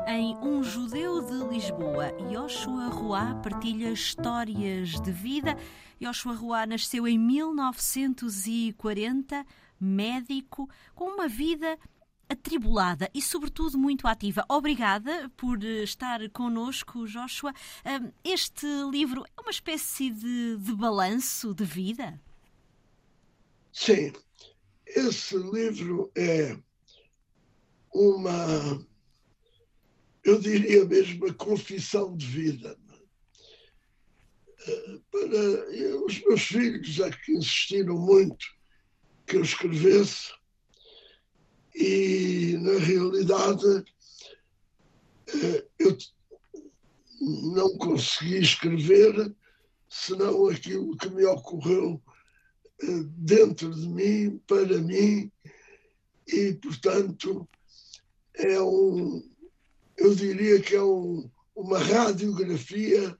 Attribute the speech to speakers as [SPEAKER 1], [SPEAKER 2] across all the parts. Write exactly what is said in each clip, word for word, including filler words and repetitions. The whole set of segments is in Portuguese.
[SPEAKER 1] Em Um Judeu de Lisboa, Yoshua Roá partilha histórias de vida. Yoshua Roá nasceu em mil novecentos e quarenta, médico, com uma vida atribulada e, sobretudo, muito ativa. Obrigada por estar connosco, Yoshua. Este livro é uma espécie de, de balanço de vida?
[SPEAKER 2] Sim, esse livro é uma, eu diria mesmo, uma confissão de vida. Para os meus filhos é que insistiram muito que eu escrevesse e, na realidade, eu não consegui escrever senão aquilo que me ocorreu dentro de mim, para mim, e, portanto, é um, eu diria que é um, uma radiografia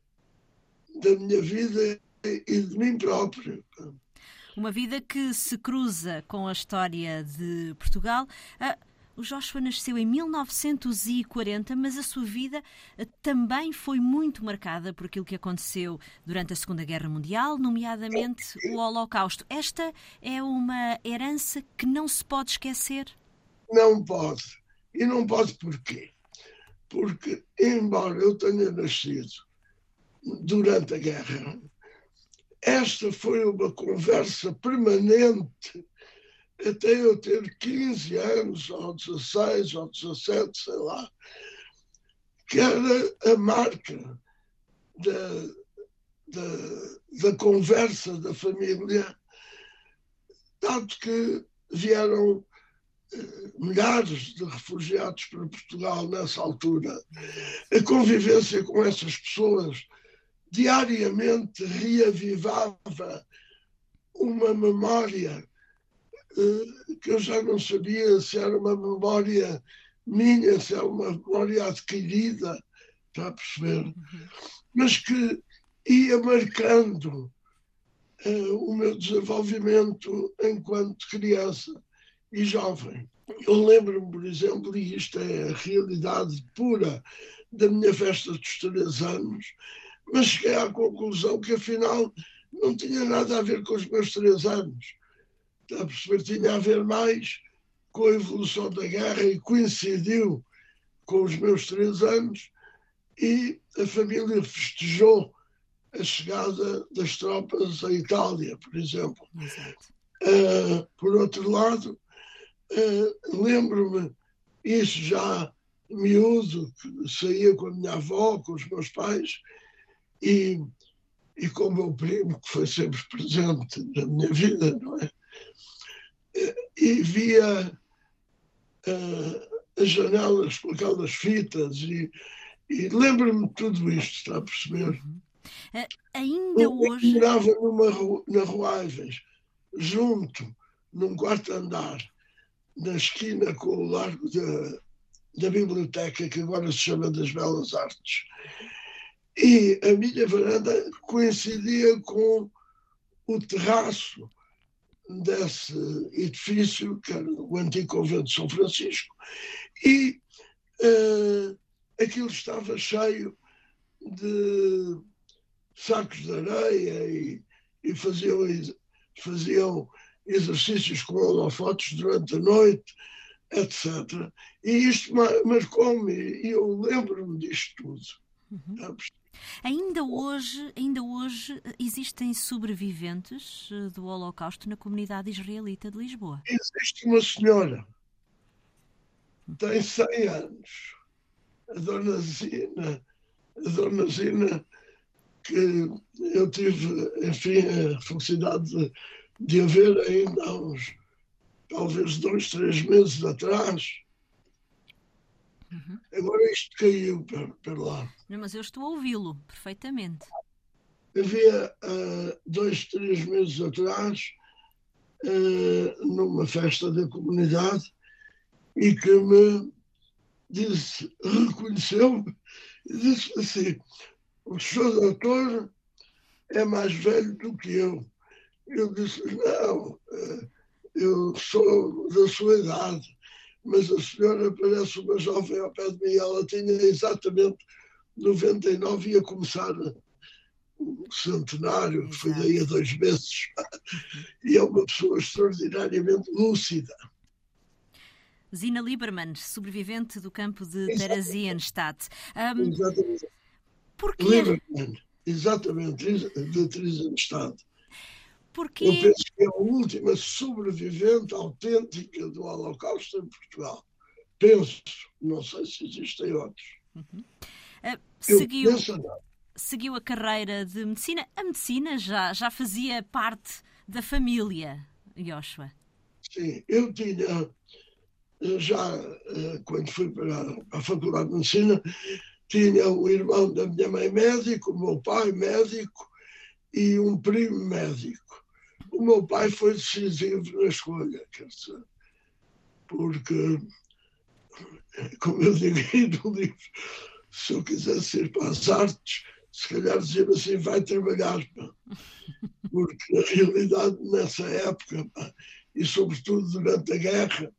[SPEAKER 2] da minha vida e de mim próprio.
[SPEAKER 1] Uma vida que se cruza com a história de Portugal. O Yoshua nasceu em mil novecentos e quarenta, mas a sua vida também foi muito marcada por aquilo que aconteceu durante a Segunda Guerra Mundial, nomeadamente o Holocausto. Esta é uma herança que não se pode esquecer?
[SPEAKER 2] Não pode. E não pode porquê? Porque, embora eu tenha nascido durante a guerra, esta foi uma conversa permanente até eu ter quinze anos, ou dezasseis, ou dezassete, sei lá, que era a marca da, da, da conversa da família, tanto que vieram eh, milhares de refugiados para Portugal nessa altura. A convivência com essas pessoas diariamente reavivava uma memória que eu já não sabia se era uma memória minha, se era uma memória adquirida, está a perceber? Uhum. Mas que ia marcando uh, o meu desenvolvimento enquanto criança e jovem. Eu lembro-me, por exemplo, e isto é a realidade pura da minha festa dos três anos, mas cheguei à conclusão que afinal não tinha nada a ver com os meus três anos. Está a perceber? Tinha a ver mais com a evolução da guerra e coincidiu com os meus três anos e a família festejou a chegada das tropas à Itália, por exemplo. Uh, por outro lado, uh, lembro-me, isso já miúdo, que saía com a minha avó, com os meus pais e, e com o meu primo, que foi sempre presente na minha vida, não é? E via uh, as janelas com aquelas fitas e, e lembro-me de tudo isto, está a perceber?
[SPEAKER 1] Uhum. Uh, ainda eu
[SPEAKER 2] hoje... Eu morava numa rua, na Rua Aives, junto, num quarto andar, na esquina com o largo da, da biblioteca, que agora se chama das Belas Artes. E a minha varanda coincidia com o terraço desse edifício, que era o antigo convento de São Francisco, e uh, aquilo estava cheio de sacos de areia e, e faziam, faziam exercícios com holofotes durante a noite, etcétera. E isto marcou-me e eu lembro-me disto tudo.
[SPEAKER 1] Uhum. Ainda hoje, ainda hoje existem sobreviventes do Holocausto na comunidade israelita de Lisboa?
[SPEAKER 2] Existe uma senhora, tem cem anos, a Dona Zina, a Dona Zina, que eu tive, enfim, a felicidade de, de a ver ainda há uns, talvez dois, três meses atrás. Uhum. Agora isto caiu para, para lá.
[SPEAKER 1] Não, mas eu estou a ouvi-lo perfeitamente.
[SPEAKER 2] Havia uh, dois, três meses atrás, uh, numa festa da comunidade, e que me disse, reconheceu-me e disse assim: o senhor doutor é mais velho do que eu. Eu disse: não, uh, eu sou da sua idade, mas a senhora parece uma jovem ao pé de mim. Ela tinha exatamente noventa e nove e ia começar o centenário, que foi daí a dois meses. Uhum. E é uma pessoa extraordinariamente lúcida.
[SPEAKER 1] Zina Lieberman, sobrevivente do campo de Theresienstadt. Um,
[SPEAKER 2] exatamente.
[SPEAKER 1] Porquê?
[SPEAKER 2] Lieberman, exatamente, de Theresienstadt.
[SPEAKER 1] Porquê?
[SPEAKER 2] Eu penso que é a última sobrevivente autêntica do Holocausto em Portugal. Penso, não sei se existem outros.
[SPEAKER 1] Uhum. Uh, seguiu, seguiu a carreira de medicina. A medicina já, já fazia parte da família, Yoshua?
[SPEAKER 2] Sim, eu tinha, já quando fui para a Faculdade de Medicina, tinha o irmão da minha mãe médico, o meu pai médico e um primo médico. O meu pai foi decisivo na escolha, quer dizer, porque, como eu digo aí no livro, se eu quisesse ir para as artes, se calhar dizia assim, vai trabalhar, porque na realidade nessa época, e sobretudo durante a guerra,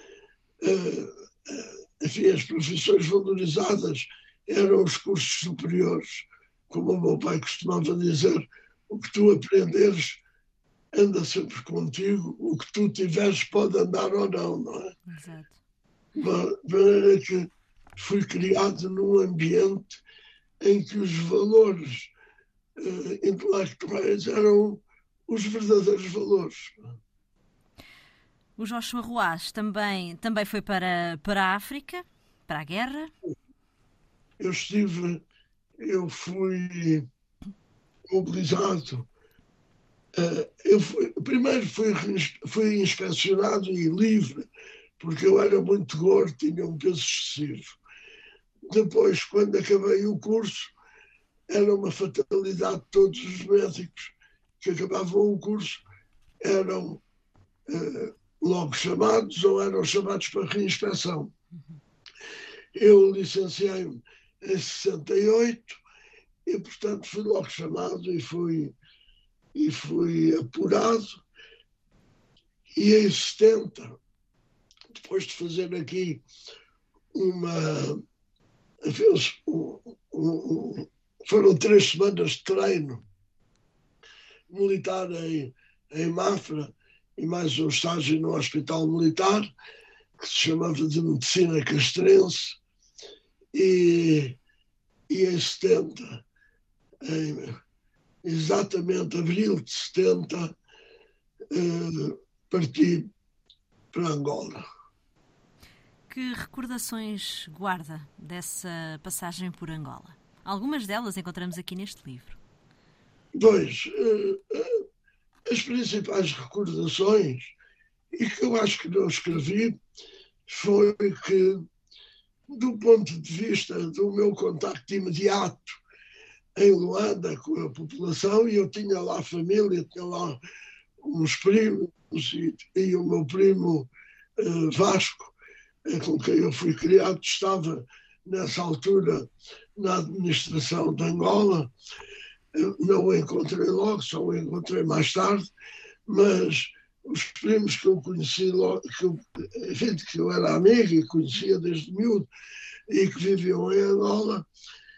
[SPEAKER 2] enfim, as profissões valorizadas eram os cursos superiores, como o meu pai costumava dizer, o que tu aprenderes anda sempre contigo, o que tu tiveres pode andar ou não, não é?
[SPEAKER 1] Exato.
[SPEAKER 2] De maneira que fui criado num ambiente em que os valores uh, intelectuais eram os verdadeiros valores.
[SPEAKER 1] O Joshua Ruás também, também foi para, para a África, para a guerra?
[SPEAKER 2] Eu estive, eu fui mobilizado. Uh, eu fui, primeiro fui, fui inspecionado e livre, porque eu era muito gordo, tinha um peso excessivo. Depois, quando acabei o curso, era uma fatalidade de todos os médicos que acabavam o curso, eram uh, logo chamados ou eram chamados para reinspeção. Eu licenciei-me em sessenta e oito e, portanto, fui logo chamado e fui e fui apurado, e em setenta, depois de fazer aqui uma... Um, um, foram três semanas de treino militar em, em Mafra e mais um estágio no Hospital Militar, que se chamava de Medicina Castrense, e, e em setenta, em exatamente abril de setenta, eh, parti para Angola.
[SPEAKER 1] Que recordações guarda dessa passagem por Angola? Algumas delas encontramos aqui neste livro.
[SPEAKER 2] Pois, eh, as principais recordações, e que eu acho que não escrevi, foi que, do ponto de vista do meu contacto imediato em Luanda com a população, e eu tinha lá família, tinha lá uns primos, e, e o meu primo uh, Vasco, com quem eu fui criado, estava nessa altura na administração de Angola. Eu não o encontrei logo, só o encontrei mais tarde, mas os primos que eu conheci logo, que eu, enfim, que eu era amigo e conhecia desde miúdo e que viviam em Angola,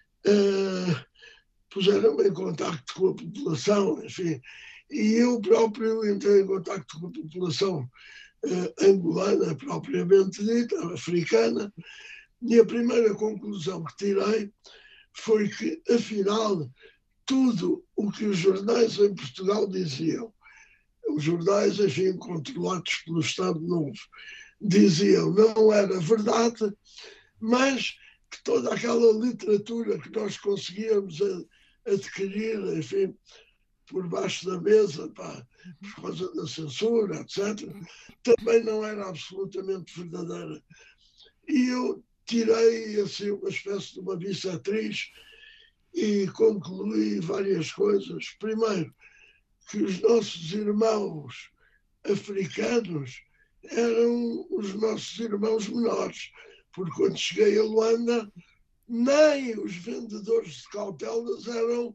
[SPEAKER 2] uh, puseram-me em contacto com a população, enfim, e eu próprio entrei em contacto com a população uh, angolana, propriamente dita, africana, e a primeira conclusão que tirei foi que, afinal, tudo o que os jornais em Portugal diziam, os jornais, enfim, controlados pelo Estado Novo, diziam não era verdade, mas que toda aquela literatura que nós conseguíamos adquirir, enfim, por baixo da mesa, pá, por causa da censura, etcétera, também não era absolutamente verdadeira. E eu tirei, assim, uma espécie de uma bissetriz e concluí várias coisas. Primeiro, que os nossos irmãos africanos eram os nossos irmãos menores, porque quando cheguei a Luanda, nem os vendedores de cautelas eram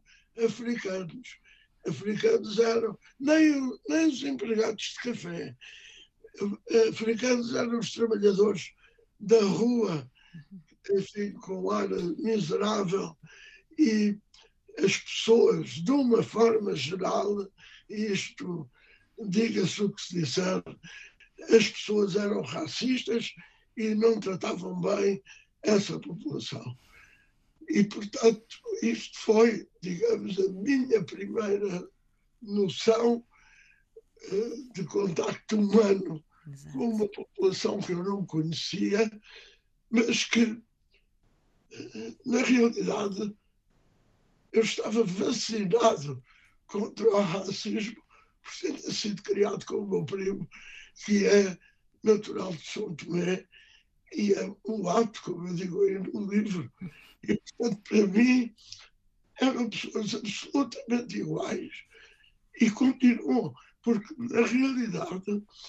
[SPEAKER 2] africanos. Africanos eram, nem, nem os empregados de café. africanos eram os trabalhadores da rua, enfim, com ar miserável, e as pessoas, de uma forma geral, e isto diga-se o que se disser, as pessoas eram racistas e não tratavam bem essa população. E, portanto, isto foi, digamos, a minha primeira noção uh, de contacto humano. Exato. Com uma população que eu não conhecia, mas que, uh, na realidade, eu estava vacinado contra o racismo por ter sido criado com o meu primo, que é natural de São Tomé, e é mulato, como eu digo aí no livro. E, portanto, para mim, eram pessoas absolutamente iguais. E continuam, porque, na realidade,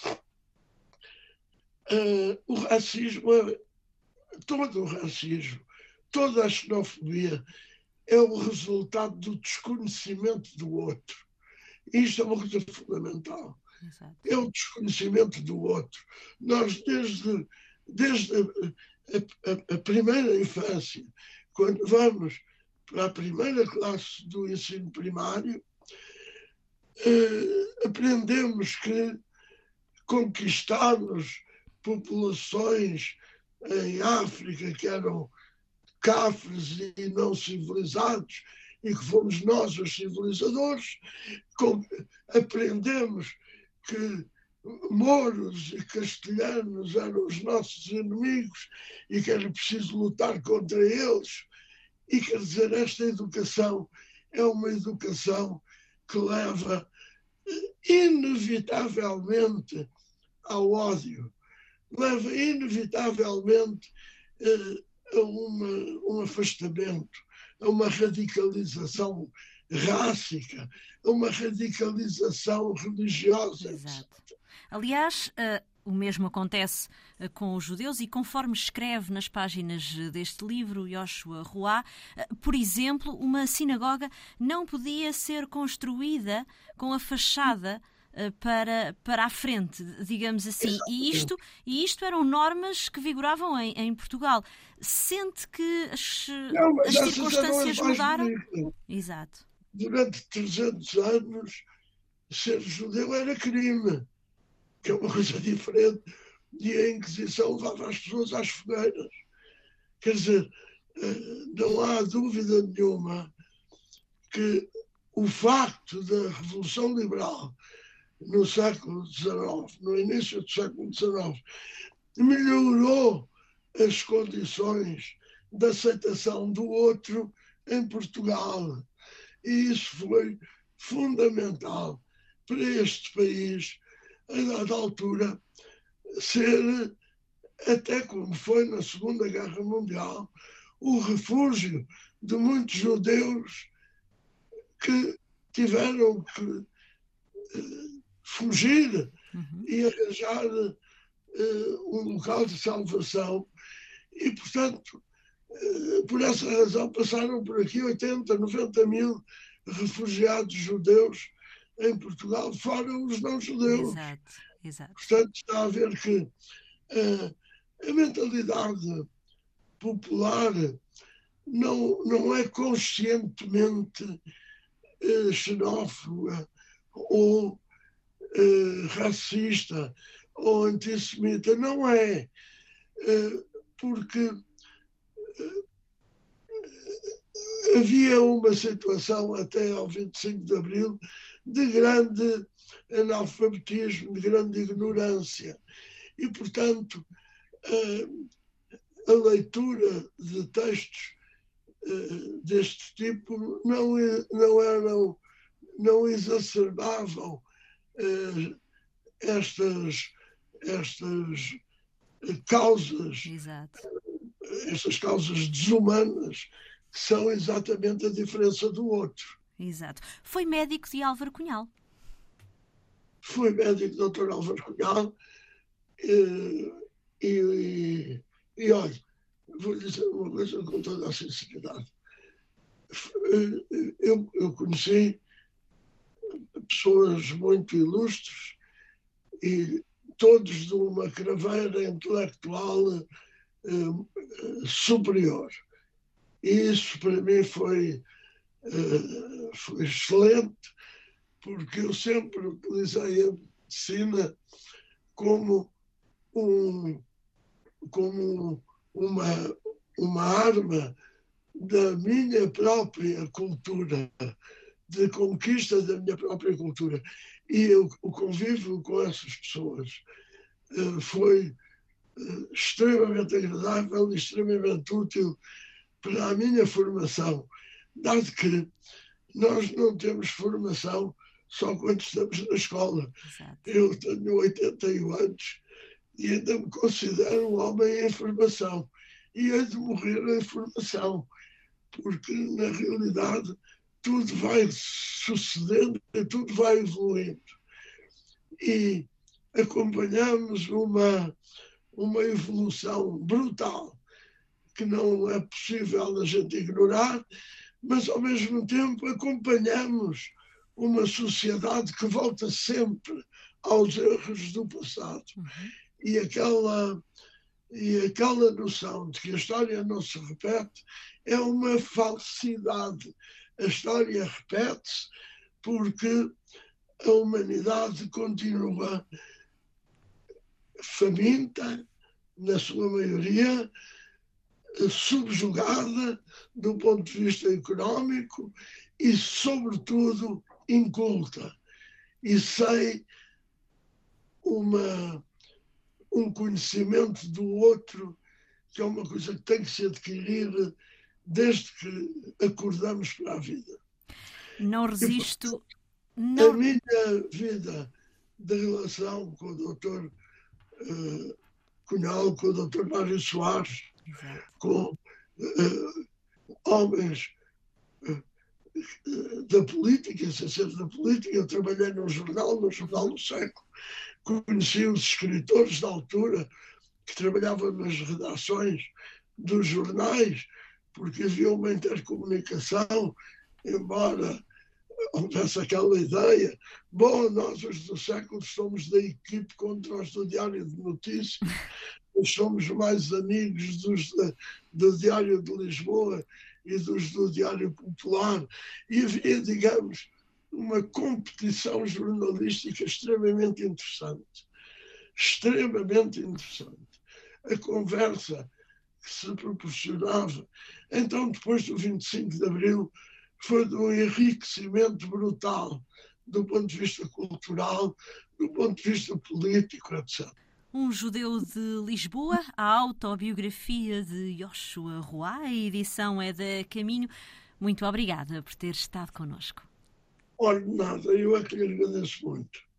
[SPEAKER 2] uh, o racismo, todo o racismo, toda a xenofobia é o resultado do desconhecimento do outro. Isto é uma coisa fundamental. Exato. É o desconhecimento do outro. Nós, desde, desde a, a, a primeira infância, quando vamos para a primeira classe do ensino primário, eh, aprendemos que conquistámos populações em África que eram cafres e não civilizados, e que fomos nós os civilizadores. Com, aprendemos que mouros e castelhanos eram os nossos inimigos e que era preciso lutar contra eles. E, quer dizer, esta educação é uma educação que leva inevitavelmente ao ódio, leva inevitavelmente eh, a uma, um afastamento, a uma radicalização rássica, a uma radicalização religiosa.
[SPEAKER 1] Exato. Aliás, uh, o mesmo acontece uh, com os judeus e, conforme escreve nas páginas deste livro, Yoshua Ruá, uh, por exemplo, uma sinagoga não podia ser construída com a fachada Para, para a frente, digamos assim. E isto, e isto eram normas que vigoravam em, em Portugal. Sente que as, não, as circunstâncias mudaram? Exato.
[SPEAKER 2] Durante trezentos anos, ser judeu era crime, que é uma coisa diferente. E a Inquisição levava as pessoas às fogueiras. Quer dizer, não há dúvida nenhuma que o facto da Revolução Liberal no século dezenove, no início do século dezenove, melhorou as condições de aceitação do outro em Portugal. E isso foi fundamental para este país, a dada altura, ser, até como foi na Segunda Guerra Mundial, o refúgio de muitos judeus que tiveram que fugir uhum. e arranjar uh, um local de salvação. E, portanto, uh, por essa razão passaram por aqui oitenta, noventa mil refugiados judeus em Portugal, fora os não-judeus.
[SPEAKER 1] Exato, exato.
[SPEAKER 2] Portanto, está a ver que uh, a mentalidade popular não, não é conscientemente uh, xenófoba ou Uh, racista ou antissemita, não é, uh, porque uh, havia uma situação até ao vinte e cinco de abril de grande analfabetismo, de grande ignorância e, portanto, uh, a leitura de textos uh, deste tipo não, não eram, não exacerbavam Uh, estas, estas causas,
[SPEAKER 1] Exato.
[SPEAKER 2] estas causas desumanas, que são exatamente a diferença do outro.
[SPEAKER 1] Exato. Foi médico de Álvaro Cunhal.
[SPEAKER 2] Fui médico de doutor Álvaro Cunhal e, e, e olha, vou dizer uma coisa com toda a sinceridade. Eu, eu conheci pessoas muito ilustres e todos de uma craveira intelectual eh, superior. E isso para mim foi, eh, foi excelente, porque eu sempre utilizei a medicina como, um, como uma, uma arma da minha própria cultura, de conquista da minha própria cultura. E eu, o convívio com essas pessoas uh, foi uh, extremamente agradável e extremamente útil para a minha formação, dado que nós não temos formação só quando estamos na escola. Exato. Eu tenho oitenta e um anos e ainda me considero um homem em formação e hei de morrer em formação, porque na realidade tudo vai sucedendo e tudo vai evoluindo. E acompanhamos uma, uma evolução brutal que não é possível a gente ignorar, mas ao mesmo tempo acompanhamos uma sociedade que volta sempre aos erros do passado. Uhum. E aquela, e aquela noção de que a história não se repete é uma falsidade. A história repete-se porque a humanidade continua faminta, na sua maioria, subjugada do ponto de vista económico e, sobretudo, inculta e sem uma, um conhecimento do outro, que é uma coisa que tem que se adquirir desde que acordamos para a vida.
[SPEAKER 1] Não resisto.
[SPEAKER 2] E,
[SPEAKER 1] não...
[SPEAKER 2] A minha vida de relação com o doutor uh, Cunhal, com o doutor Mário Soares, Exato. com uh, homens uh, da política, sem ser da política. Eu trabalhei num jornal, no Jornal do Século, conheci os escritores da altura que trabalhavam nas redações dos jornais, porque havia uma intercomunicação, embora houvesse aquela ideia, bom, nós os do século somos da equipe contra os do Diário de Notícias, nós somos mais amigos dos da, do Diário de Lisboa e dos do Diário Popular, e havia, digamos, uma competição jornalística extremamente interessante, extremamente interessante. A conversa que se proporcionava. Então, depois do vinte e cinco de Abril, foi de um enriquecimento brutal do ponto de vista cultural, do ponto de vista político, etcétera.
[SPEAKER 1] Um Judeu de Lisboa, a autobiografia de Yoshua Roy, a edição é da Caminho. Muito obrigada por ter estado connosco.
[SPEAKER 2] Olha, nada, eu é que lhe agradeço muito.